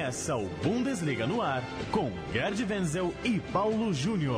Começa o Bundesliga no ar com Gerd Wenzel e Paulo Júnior.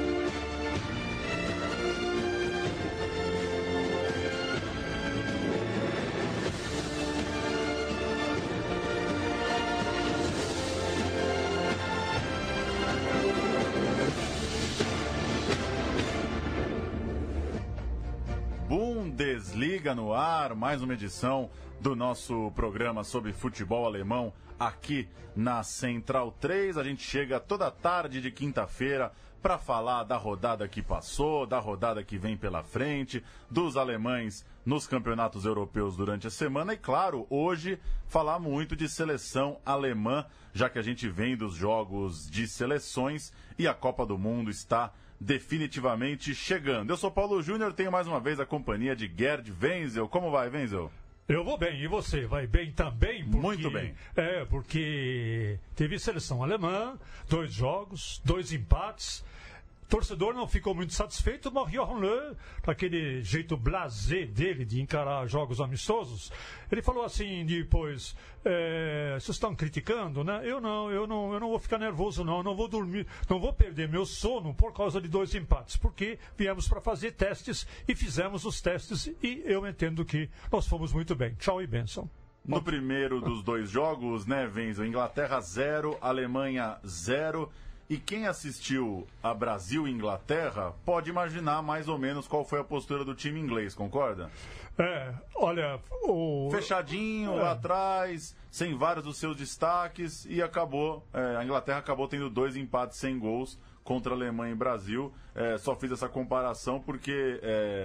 Bundesliga no ar, mais uma edição do nosso programa sobre futebol alemão aqui na Central 3. A gente chega toda tarde de quinta-feira para falar da rodada que passou, da rodada que vem pela frente, dos alemães nos campeonatos europeus durante a semana e, claro, hoje falar muito de seleção alemã, já que a gente vem dos jogos de seleções e a Copa do Mundo está definitivamente chegando. Eu sou Paulo Júnior, tenho mais uma vez a companhia de Gerd Wenzel. Como vai, Wenzel? Eu vou bem, e você? Vai bem também? Porque, muito bem. Porque teve seleção alemã, 2 jogos, 2 empates. O torcedor não ficou muito satisfeito, mas Jochen Löw, daquele jeito blasé dele de encarar jogos amistosos, ele falou assim depois, vocês estão criticando, né? Eu não vou ficar nervoso não vou dormir, não vou perder meu sono por causa de 2 empates, porque viemos para fazer testes e fizemos os testes e eu entendo que nós fomos muito bem. Tchau e bênção. No primeiro dos 2 jogos, né, Wenzel, Inglaterra 0, Alemanha 0. E quem assistiu a Brasil e Inglaterra pode imaginar mais ou menos qual foi a postura do time inglês, concorda? Olha... Fechadinho lá atrás, sem vários dos seus destaques, e acabou... a Inglaterra acabou tendo 2 empates sem gols contra a Alemanha e Brasil. Só fiz essa comparação porque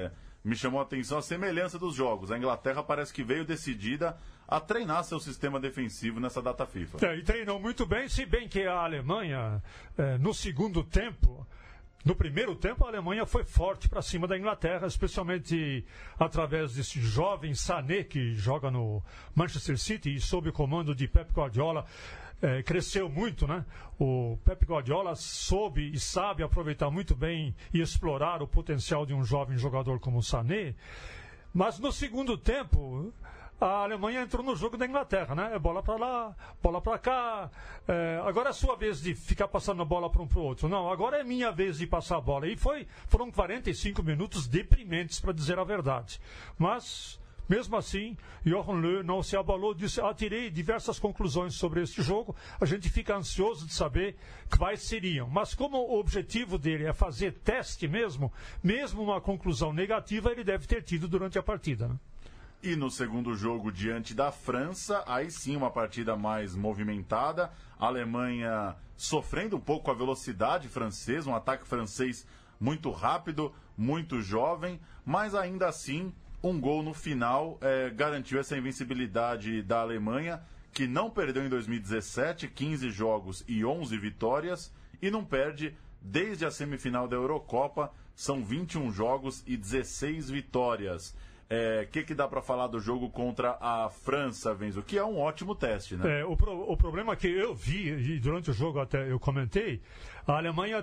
me chamou a atenção a semelhança dos jogos. A Inglaterra parece que veio decidida a treinar seu sistema defensivo nessa data FIFA. E treinou muito bem, se bem que a Alemanha, no segundo tempo, no primeiro tempo, a Alemanha foi forte para cima da Inglaterra, especialmente através desse jovem Sané, que joga no Manchester City e sob o comando de Pep Guardiola, cresceu muito, né? O Pep Guardiola soube e sabe aproveitar muito bem e explorar o potencial de um jovem jogador como o Sané. Mas no segundo tempo, a Alemanha entrou no jogo da Inglaterra, né? Bola para lá, bola para cá. Agora é a sua vez de ficar passando a bola para um para o outro. Não, agora é minha vez de passar a bola. E foram 45 minutos deprimentes, para dizer a verdade. Mas, mesmo assim, Jochen Löw não se abalou, disse, tirei diversas conclusões sobre este jogo. A gente fica ansioso de saber quais seriam. Mas como o objetivo dele é fazer teste mesmo uma conclusão negativa, ele deve ter tido durante a partida, né? E no segundo jogo, diante da França, aí sim uma partida mais movimentada. A Alemanha sofrendo um pouco com a velocidade francesa, um ataque francês muito rápido, muito jovem, mas ainda assim, um gol no final garantiu essa invencibilidade da Alemanha, que não perdeu em 2017, 15 jogos e 11 vitórias, e não perde desde a semifinal da Eurocopa, são 21 jogos e 16 vitórias. Que dá para falar do jogo contra a França, Wenzel? Que é um ótimo teste, né? O problema que eu vi, e durante o jogo até eu comentei, a Alemanha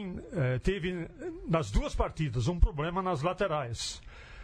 teve nas 2 partidas um problema nas laterais.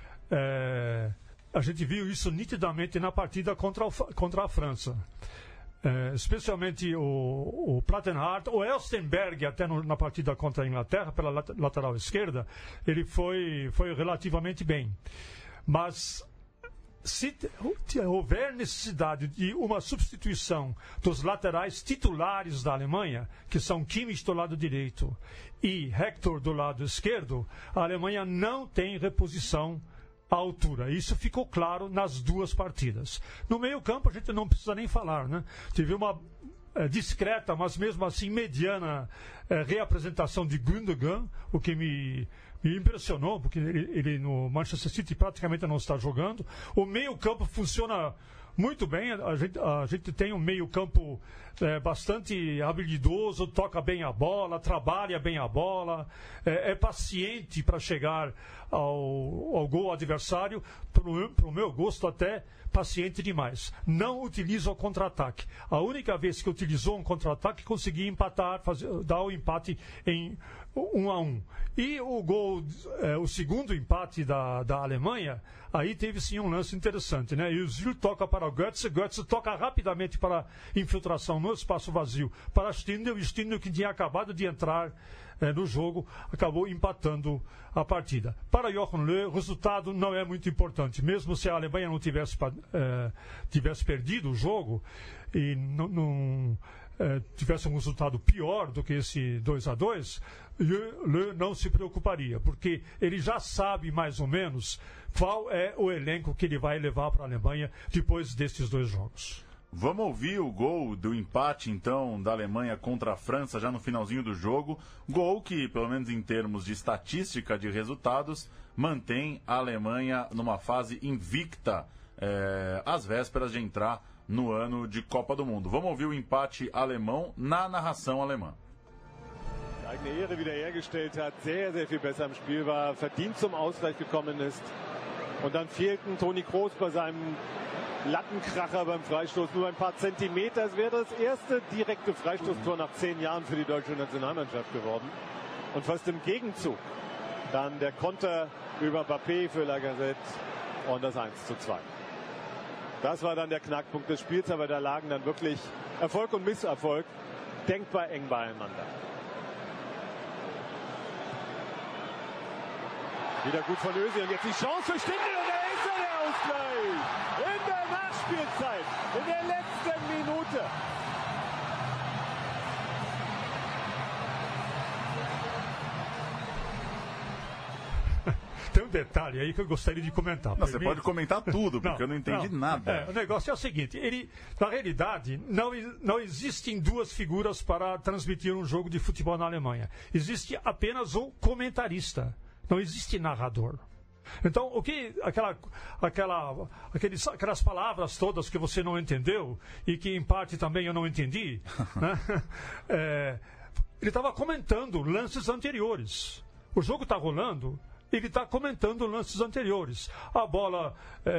A gente viu isso nitidamente na partida contra a França. Especialmente o Plattenhardt, o Elstenberg até na partida contra a Inglaterra, pela lateral esquerda, ele foi relativamente bem. Mas se houver necessidade de uma substituição dos laterais titulares da Alemanha, que são Kimmich do lado direito e Hector do lado esquerdo, a Alemanha não tem reposição à altura. Isso ficou claro nas 2 partidas. No meio-campo a gente não precisa nem falar, né? Teve uma discreta, mas mesmo assim mediana reapresentação de Gundogan, o que me impressionou, porque ele no Manchester City praticamente não está jogando. O meio-campo funciona muito bem, a gente tem um meio-campo bastante habilidoso, toca bem a bola, trabalha bem a bola, é paciente para chegar ao gol adversário, para o meu gosto até paciente demais. Não utiliza o contra-ataque. A única vez que utilizou um contra-ataque, conseguiu empatar, dar o empate em 1-1. E o gol, o segundo empate da Alemanha, aí teve sim um lance interessante, né? E o Özil toca para o Götze toca rapidamente para infiltração no espaço vazio para Stindl, e Stindl, que tinha acabado de entrar no jogo, acabou empatando a partida. Para Jochen Löw, o resultado não é muito importante, mesmo se a Alemanha não tivesse perdido o jogo e não tivesse um resultado pior do que esse 2-2, Löw não se preocuparia, porque ele já sabe mais ou menos qual é o elenco que ele vai levar para a Alemanha depois desses 2 jogos. Vamos ouvir o gol do empate, então, da Alemanha contra a França, já no finalzinho do jogo. Gol que, pelo menos em termos de estatística de resultados, mantém a Alemanha numa fase invicta, às vésperas de entrar no ano de Copa do Mundo. Vamos ouvir o empate alemão na narração alemã. Die eigene Ehre wiederhergestellt hat, sehr, sehr viel besser im Spiel war, verdient zum Ausgleich gekommen ist. Und dann fehlten Toni Kroos bei seinem Lattenkracher beim Freistoß nur ein paar Zentimeter. Es wäre das erste direkte Freistoßtor nach 10 Jahren für die deutsche Nationalmannschaft geworden. Und fast im Gegenzug dann der Konter über Mbappé für Lacazette und das 1:2. Das war dann der Knackpunkt des Spiels, aber da lagen dann wirklich Erfolg und Misserfolg denkbar eng beieinander. Wieder gut von Özil und jetzt die Chance für Stindl und da ist der Ausgleich. In der Nachspielzeit, in der letzten Minute. Tem um detalhe aí que eu gostaria de comentar. Não, você pode comentar tudo, porque eu não entendi nada. O negócio é o seguinte, na realidade, não existem 2 figuras para transmitir um jogo de futebol na Alemanha. Existe apenas o comentarista, não existe narrador. Então, o que aquelas palavras todas que você não entendeu e que em parte também eu não entendi, né? Ele estava comentando lances anteriores. O jogo está rolando, ele está comentando lances anteriores. A bola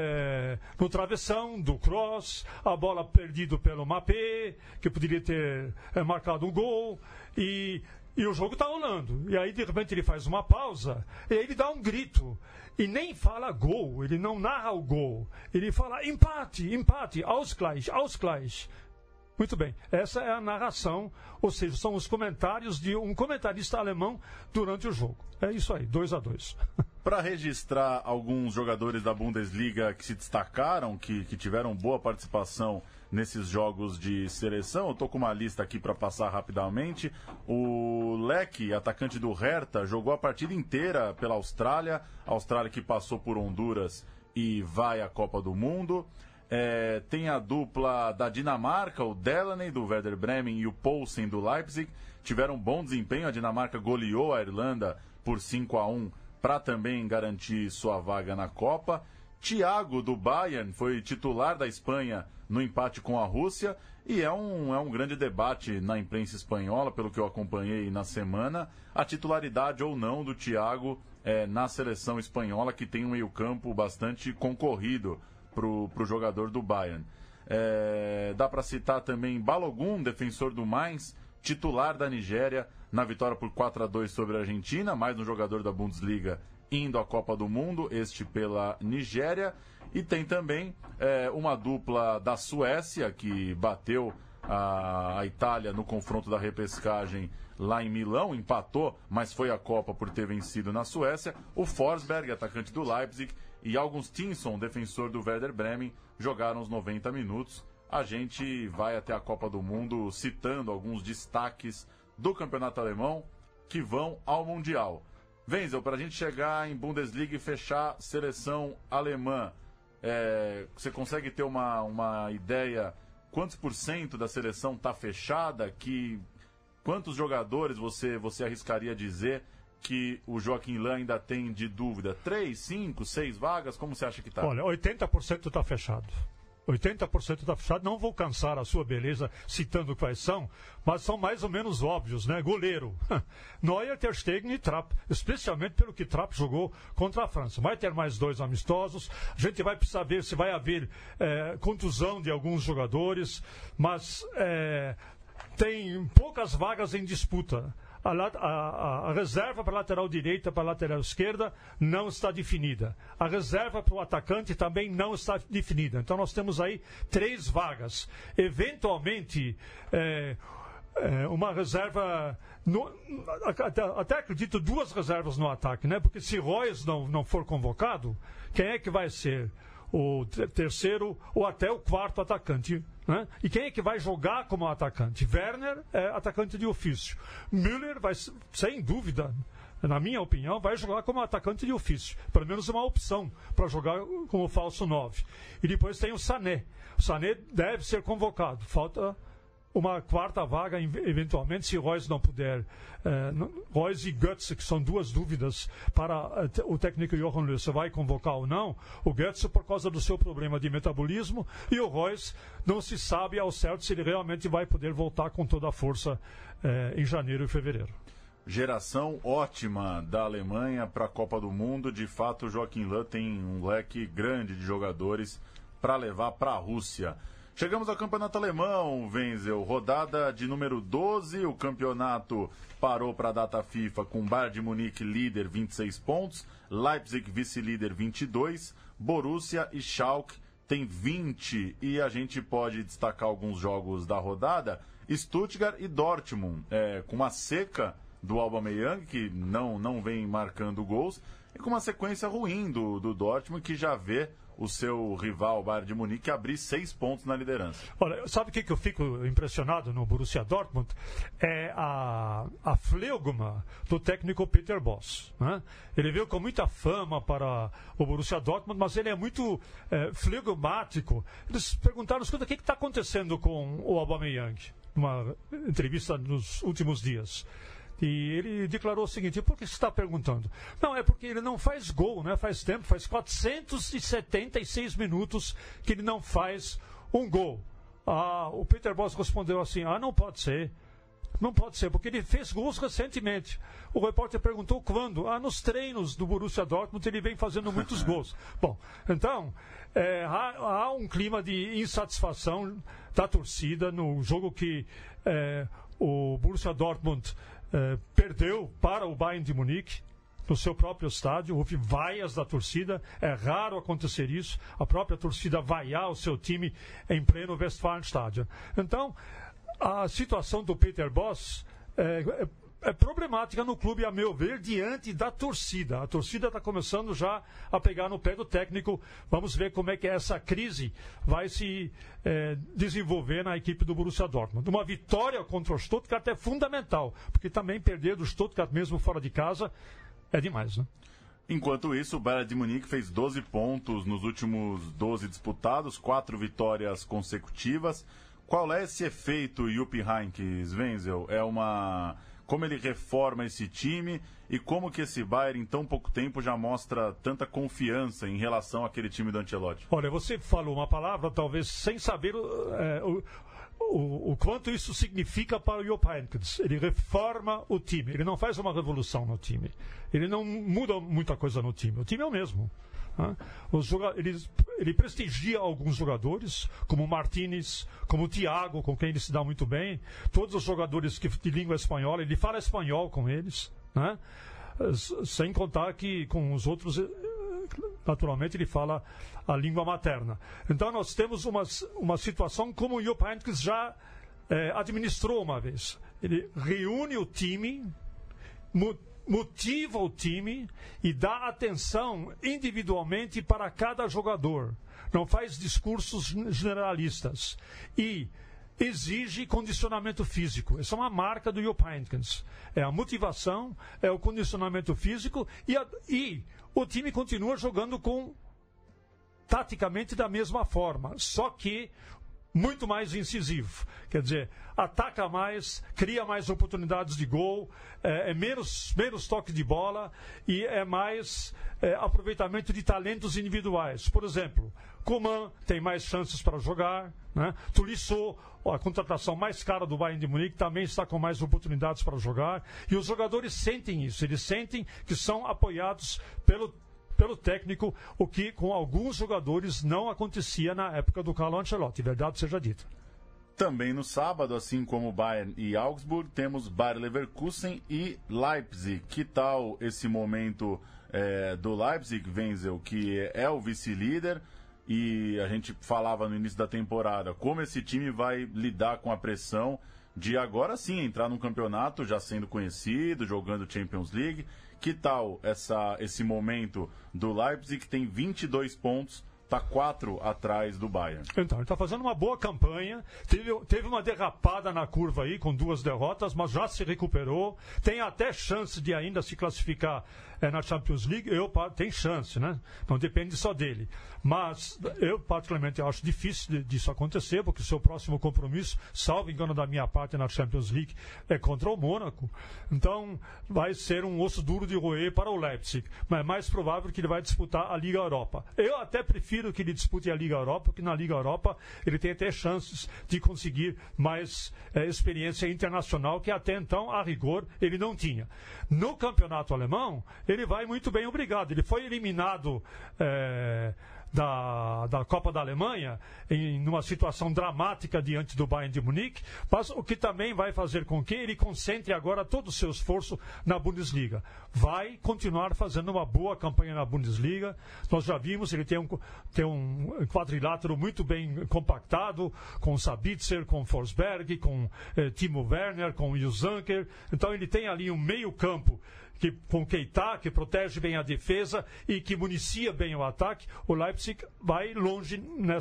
no travessão do Kroos, a bola perdida pelo Mbappé, que poderia ter marcado um gol, e o jogo está rolando. E aí, de repente, ele faz uma pausa, e aí ele dá um grito. E nem fala gol, ele não narra o gol. Ele fala empate, Ausgleich. Muito bem, essa é a narração, ou seja, são os comentários de um comentarista alemão durante o jogo. É isso aí, 2-2. Para registrar alguns jogadores da Bundesliga que se destacaram, que tiveram boa participação nesses jogos de seleção, eu estou com uma lista aqui para passar rapidamente. O Leque, atacante do Hertha, jogou a partida inteira pela Austrália, a Austrália que passou por Honduras e vai à Copa do Mundo. Tem a dupla da Dinamarca, o Delaney do Werder Bremen e o Poulsen do Leipzig, tiveram bom desempenho. A Dinamarca goleou a Irlanda por 5-1 para também garantir sua vaga na Copa. Thiago do Bayern foi titular da Espanha no empate com a Rússia, e é um grande debate na imprensa espanhola, pelo que eu acompanhei na semana, a titularidade ou não do Thiago na seleção espanhola, que tem um meio-campo bastante concorrido para o jogador do Bayern. Dá para citar também Balogun, defensor do Mainz, titular da Nigéria na vitória por 4-2 sobre a Argentina, mais um jogador da Bundesliga indo à Copa do Mundo, este pela Nigéria. E tem também uma dupla da Suécia, que bateu a Itália no confronto da repescagem lá em Milão, empatou, mas foi à Copa por ter vencido na Suécia. O Forsberg, atacante do Leipzig, e Augustinsson, defensor do Werder Bremen, jogaram os 90 minutos. A gente vai até a Copa do Mundo citando alguns destaques do campeonato alemão que vão ao Mundial. Wenzel, para a gente chegar em Bundesliga e fechar seleção alemã, você consegue ter uma ideia quantos % da seleção está fechada? Quantos jogadores você arriscaria dizer que o Joachim Löw ainda tem de dúvida? 3, 5, 6 vagas? Como você acha que está? Olha, 80% está fechado. 80% está fechado. Não vou cansar a sua beleza citando quais são, mas são mais ou menos óbvios, né? Goleiro. Neuer, Ter Stegen e Trapp. Especialmente pelo que Trapp jogou contra a França. Vai ter mais 2 amistosos. A gente vai precisar ver se vai haver contusão de alguns jogadores, mas tem poucas vagas em disputa. a reserva para a lateral direita, para a lateral esquerda, não está definida. A reserva para o atacante também não está definida. Então nós temos aí 3 vagas. Eventualmente, uma reserva, até acredito 2 reservas no ataque, né? Porque se Reus não for convocado, quem é que vai ser o terceiro ou até o 4º atacante, né? E quem é que vai jogar como atacante? Werner é atacante de ofício. Müller vai, sem dúvida, na minha opinião, vai jogar como atacante de ofício. Pelo menos uma opção para jogar como falso 9. E depois tem o Sané. O Sané deve ser convocado. Falta uma 4ª vaga, eventualmente, se Reus não puder. Reus e Götze, que são 2 dúvidas para o técnico Johan Löw, se vai convocar ou não. O Götze por causa do seu problema de metabolismo, e o Reus não se sabe ao certo se ele realmente vai poder voltar com toda a força em janeiro e fevereiro. Geração ótima da Alemanha para a Copa do Mundo. De fato, o Joachim Löw tem um leque grande de jogadores para levar para a Rússia. Chegamos ao campeonato alemão, Wenzel, rodada de número 12, o campeonato parou para a data FIFA com Bayern de Munique líder 26 pontos, Leipzig vice-líder 22, Borussia e Schalke tem 20, e a gente pode destacar alguns jogos da rodada, Stuttgart e Dortmund, com uma seca do Aubameyang, que não vem marcando gols, e com uma sequência ruim do Dortmund, que já vê o seu rival, o Bayern de Munique, abrir 6 pontos na liderança. Olha, sabe o que eu fico impressionado no Borussia Dortmund? É a fleugma do técnico Peter Bosz, né? Ele veio com muita fama para o Borussia Dortmund, mas ele é muito flegmático. Eles perguntaram, escuta, o que está acontecendo com o Aubameyang? Numa entrevista nos últimos dias. E ele declarou o seguinte: por que você está perguntando? Não, é porque ele não faz gol, né? Faz tempo, faz 476 minutos que ele não faz um gol. O Peter Bosz respondeu assim: não pode ser. Não pode ser, porque ele fez gols recentemente. O repórter perguntou quando. Nos treinos do Borussia Dortmund ele vem fazendo muitos gols. Bom, então, há um clima de insatisfação da torcida no jogo que o Borussia Dortmund perdeu para o Bayern de Munique no seu próprio estádio. Houve vaias da torcida, é raro acontecer isso, a própria torcida vaiar o seu time em pleno Westfalenstadion. Então, a situação do Peter Bosz é problemática no clube, a meu ver, diante da torcida. A torcida está começando já a pegar no pé do técnico. Vamos ver como é que essa crise vai se desenvolver na equipe do Borussia Dortmund. Uma vitória contra o Stuttgart é fundamental, porque também perder do Stuttgart mesmo fora de casa é demais, né? Enquanto isso, o Bayern de Munique fez 12 pontos nos últimos 12 disputados, 4 vitórias consecutivas. Qual é esse efeito Jupp Heynckes, Wenzel? Como ele reforma esse time e como que esse Bayern em tão pouco tempo já mostra tanta confiança em relação àquele time do Ancelotti? Olha, você falou uma palavra talvez sem saber o quanto isso significa para o Jupp Heynckes. Ele reforma o time, ele não faz uma revolução no time, ele não muda muita coisa no time, o time é o mesmo. Ele prestigia alguns jogadores, como o Martínez, como o Thiago, com quem ele se dá muito bem. Todos os jogadores de língua espanhola, ele fala espanhol com eles, né? Sem contar que com os outros, naturalmente, ele fala a língua materna. Então nós temos uma situação como o Jupp Heynckes já administrou uma vez. Ele reúne o time, motiva o time e dá atenção individualmente para cada jogador. Não faz discursos generalistas. E exige condicionamento físico. Essa é uma marca do Jupp Heynckes. É a motivação, é o condicionamento físico e o time continua jogando taticamente da mesma forma, só que muito mais incisivo. Quer dizer, ataca mais, cria mais oportunidades de gol, menos toque de bola e é mais aproveitamento de talentos individuais. Por exemplo, Coman tem mais chances para jogar, né? Tolisso, a contratação mais cara do Bayern de Munique, também está com mais oportunidades para jogar. E os jogadores sentem isso, eles sentem que são apoiados pelo técnico, o que com alguns jogadores não acontecia na época do Carlo Ancelotti, verdade seja dita. Também no sábado, assim como Bayern e Augsburg, temos Bayer Leverkusen e Leipzig. Que tal esse momento do Leipzig, Wenzel, que é o vice-líder? E a gente falava no início da temporada como esse time vai lidar com a pressão de agora sim entrar num campeonato já sendo conhecido, jogando Champions League. Que tal esse momento do Leipzig, que tem 22 pontos, está 4 atrás do Bayern? Então, ele está fazendo uma boa campanha, teve uma derrapada na curva aí, com 2 derrotas, mas já se recuperou, tem até chance de ainda se classificar na Champions League. Tem chance, né? Não depende só dele. Mas eu, particularmente, acho difícil disso acontecer, porque o seu próximo compromisso, salvo engano da minha parte, na Champions League, é contra o Mônaco. Então, vai ser um osso duro de roer para o Leipzig. Mas é mais provável que ele vai disputar a Liga Europa. Eu até prefiro que ele dispute a Liga Europa, porque na Liga Europa ele tem até chances de conseguir mais experiência internacional, que até então, a rigor, ele não tinha. No campeonato alemão, ele vai muito bem, obrigado. Ele foi eliminado da Copa da Alemanha em uma situação dramática diante do Bayern de Munique, mas o que também vai fazer com que ele concentre agora todo o seu esforço na Bundesliga. Vai continuar fazendo uma boa campanha na Bundesliga. Nós já vimos, ele tem um quadrilátero muito bem compactado, com Sabitzer, com Forsberg, com Timo Werner, com Jusanker. Então ele tem ali um meio campo com Keita, que protege bem a defesa e que municia bem o ataque. O Leipzig vai longe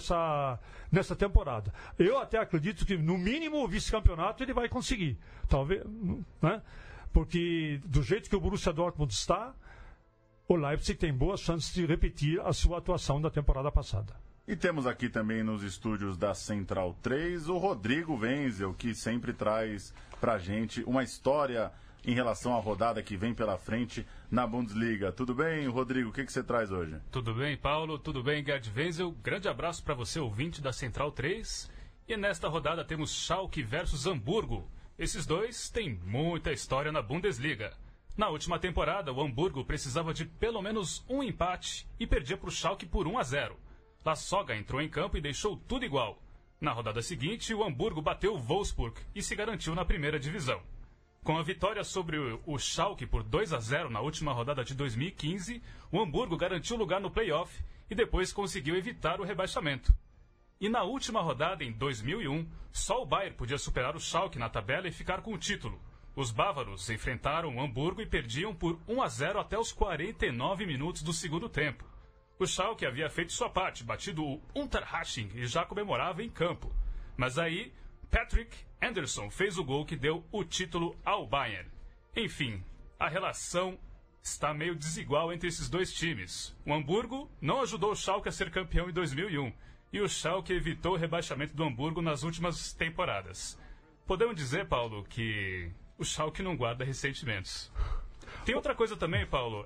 nessa temporada. Eu até acredito que, no mínimo, o vice-campeonato ele vai conseguir. Talvez, né? Porque, do jeito que o Borussia Dortmund está, o Leipzig tem boas chances de repetir a sua atuação da temporada passada. E temos aqui também nos estúdios da Central 3 o Rodrigo Wenzel, que sempre traz pra gente uma história em relação à rodada que vem pela frente na Bundesliga. Tudo bem, Rodrigo? O que você traz hoje? Tudo bem, Paulo? Tudo bem, Gerd Wenzel? Grande abraço para você, ouvinte da Central 3. E nesta rodada temos Schalke versus Hamburgo. Esses dois têm muita história na Bundesliga. Na última temporada, o Hamburgo precisava de pelo menos um empate e perdia para o Schalke por 1-0. Lassoga entrou em campo e deixou tudo igual. Na rodada seguinte, o Hamburgo bateu o Wolfsburg e se garantiu na primeira divisão. Com a vitória sobre o Schalke por 2-0 na última rodada de 2015, o Hamburgo garantiu lugar no play-off e depois conseguiu evitar o rebaixamento. E na última rodada, em 2001, só o Bayern podia superar o Schalke na tabela e ficar com o título. Os bávaros enfrentaram o Hamburgo e perdiam por 1-0 até os 49 minutos do segundo tempo. O Schalke havia feito sua parte, batido o Unterhaching e já comemorava em campo. Mas aí, Patrick Anderson fez o gol que deu o título ao Bayern. Enfim, a relação está meio desigual entre esses dois times. O Hamburgo não ajudou o Schalke a ser campeão em 2001 e o Schalke evitou o rebaixamento do Hamburgo nas últimas temporadas. Podemos dizer, Paulo, que o Schalke não guarda ressentimentos. Tem outra coisa também, Paulo.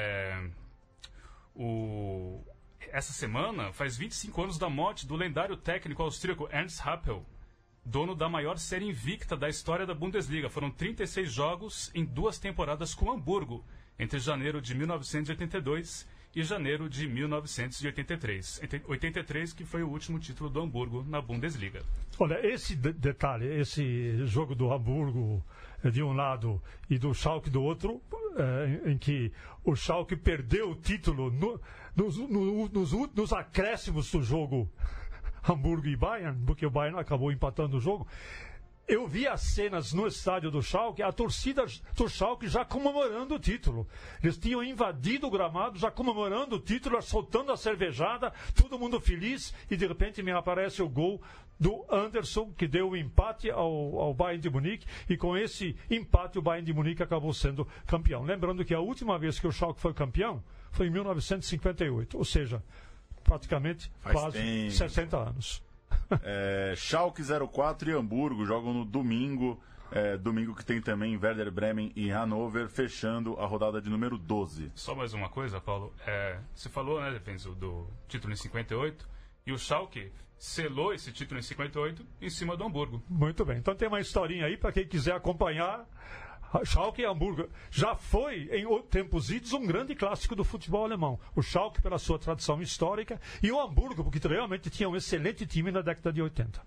Essa semana faz 25 anos da morte do lendário técnico austríaco Ernst Happel, dono da maior série invicta da história da Bundesliga. Foram 36 jogos em 2 temporadas com o Hamburgo, entre janeiro de 1982 e janeiro de 1983. 83, que foi o último título do Hamburgo na Bundesliga. Olha, esse detalhe, esse jogo do Hamburgo de um lado e do Schalke do outro, em que o Schalke perdeu o título nos acréscimos do jogo Hamburgo e Bayern, porque o Bayern acabou empatando o jogo. Eu vi as cenas no estádio do Schalke, a torcida do Schalke já comemorando o título. Eles tinham invadido o gramado, já comemorando o título, soltando a cervejada, todo mundo feliz, e de repente me aparece o gol do Anderson, que deu o empate ao Bayern de Munique, e com esse empate o Bayern de Munique acabou sendo campeão. Lembrando que a última vez que o Schalke foi campeão foi em 1958, ou seja, praticamente quase 60 anos. Schalke 04 e Hamburgo jogam no domingo. Domingo que tem também Werder Bremen e Hannover, fechando a rodada de número 12. Só mais uma coisa, Paulo. Você falou, né, do título em 58, e o Schalke selou esse título em 58 em cima do Hamburgo. Muito bem. Então tem uma historinha aí para quem quiser acompanhar. Schalke e Hamburgo já foi, em tempos idos, um grande clássico do futebol alemão. O Schalke pela sua tradição histórica e o Hamburgo, porque realmente tinha um excelente time na década de 80.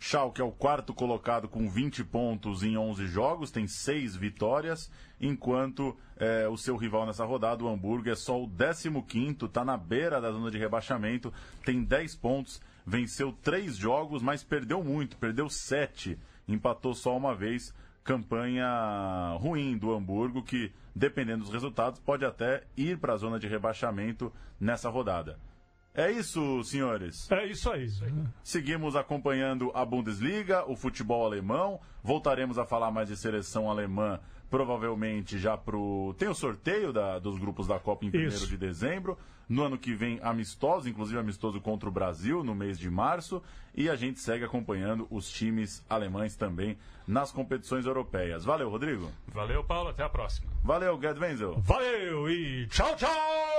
Schalke é o quarto colocado com 20 pontos em 11 jogos, tem 6 vitórias, enquanto o seu rival nessa rodada, o Hamburgo, é só o 15º, está na beira da zona de rebaixamento, tem 10 pontos, venceu 3 jogos, mas perdeu muito, perdeu 7, empatou só uma vez. Campanha ruim do Hamburgo, que, dependendo dos resultados, pode até ir para a zona de rebaixamento nessa rodada. É isso, senhores? É isso aí. Seguimos acompanhando a Bundesliga, o futebol alemão. Voltaremos a falar mais de seleção alemã, provavelmente já tem o sorteio dos grupos da Copa em 1º de dezembro. No ano que vem, amistoso, inclusive amistoso contra o Brasil, no mês de março. E a gente segue acompanhando os times alemães também nas competições europeias. Valeu, Rodrigo. Valeu, Paulo. Até a próxima. Valeu, Gerd Wenzel. Valeu e tchau, tchau!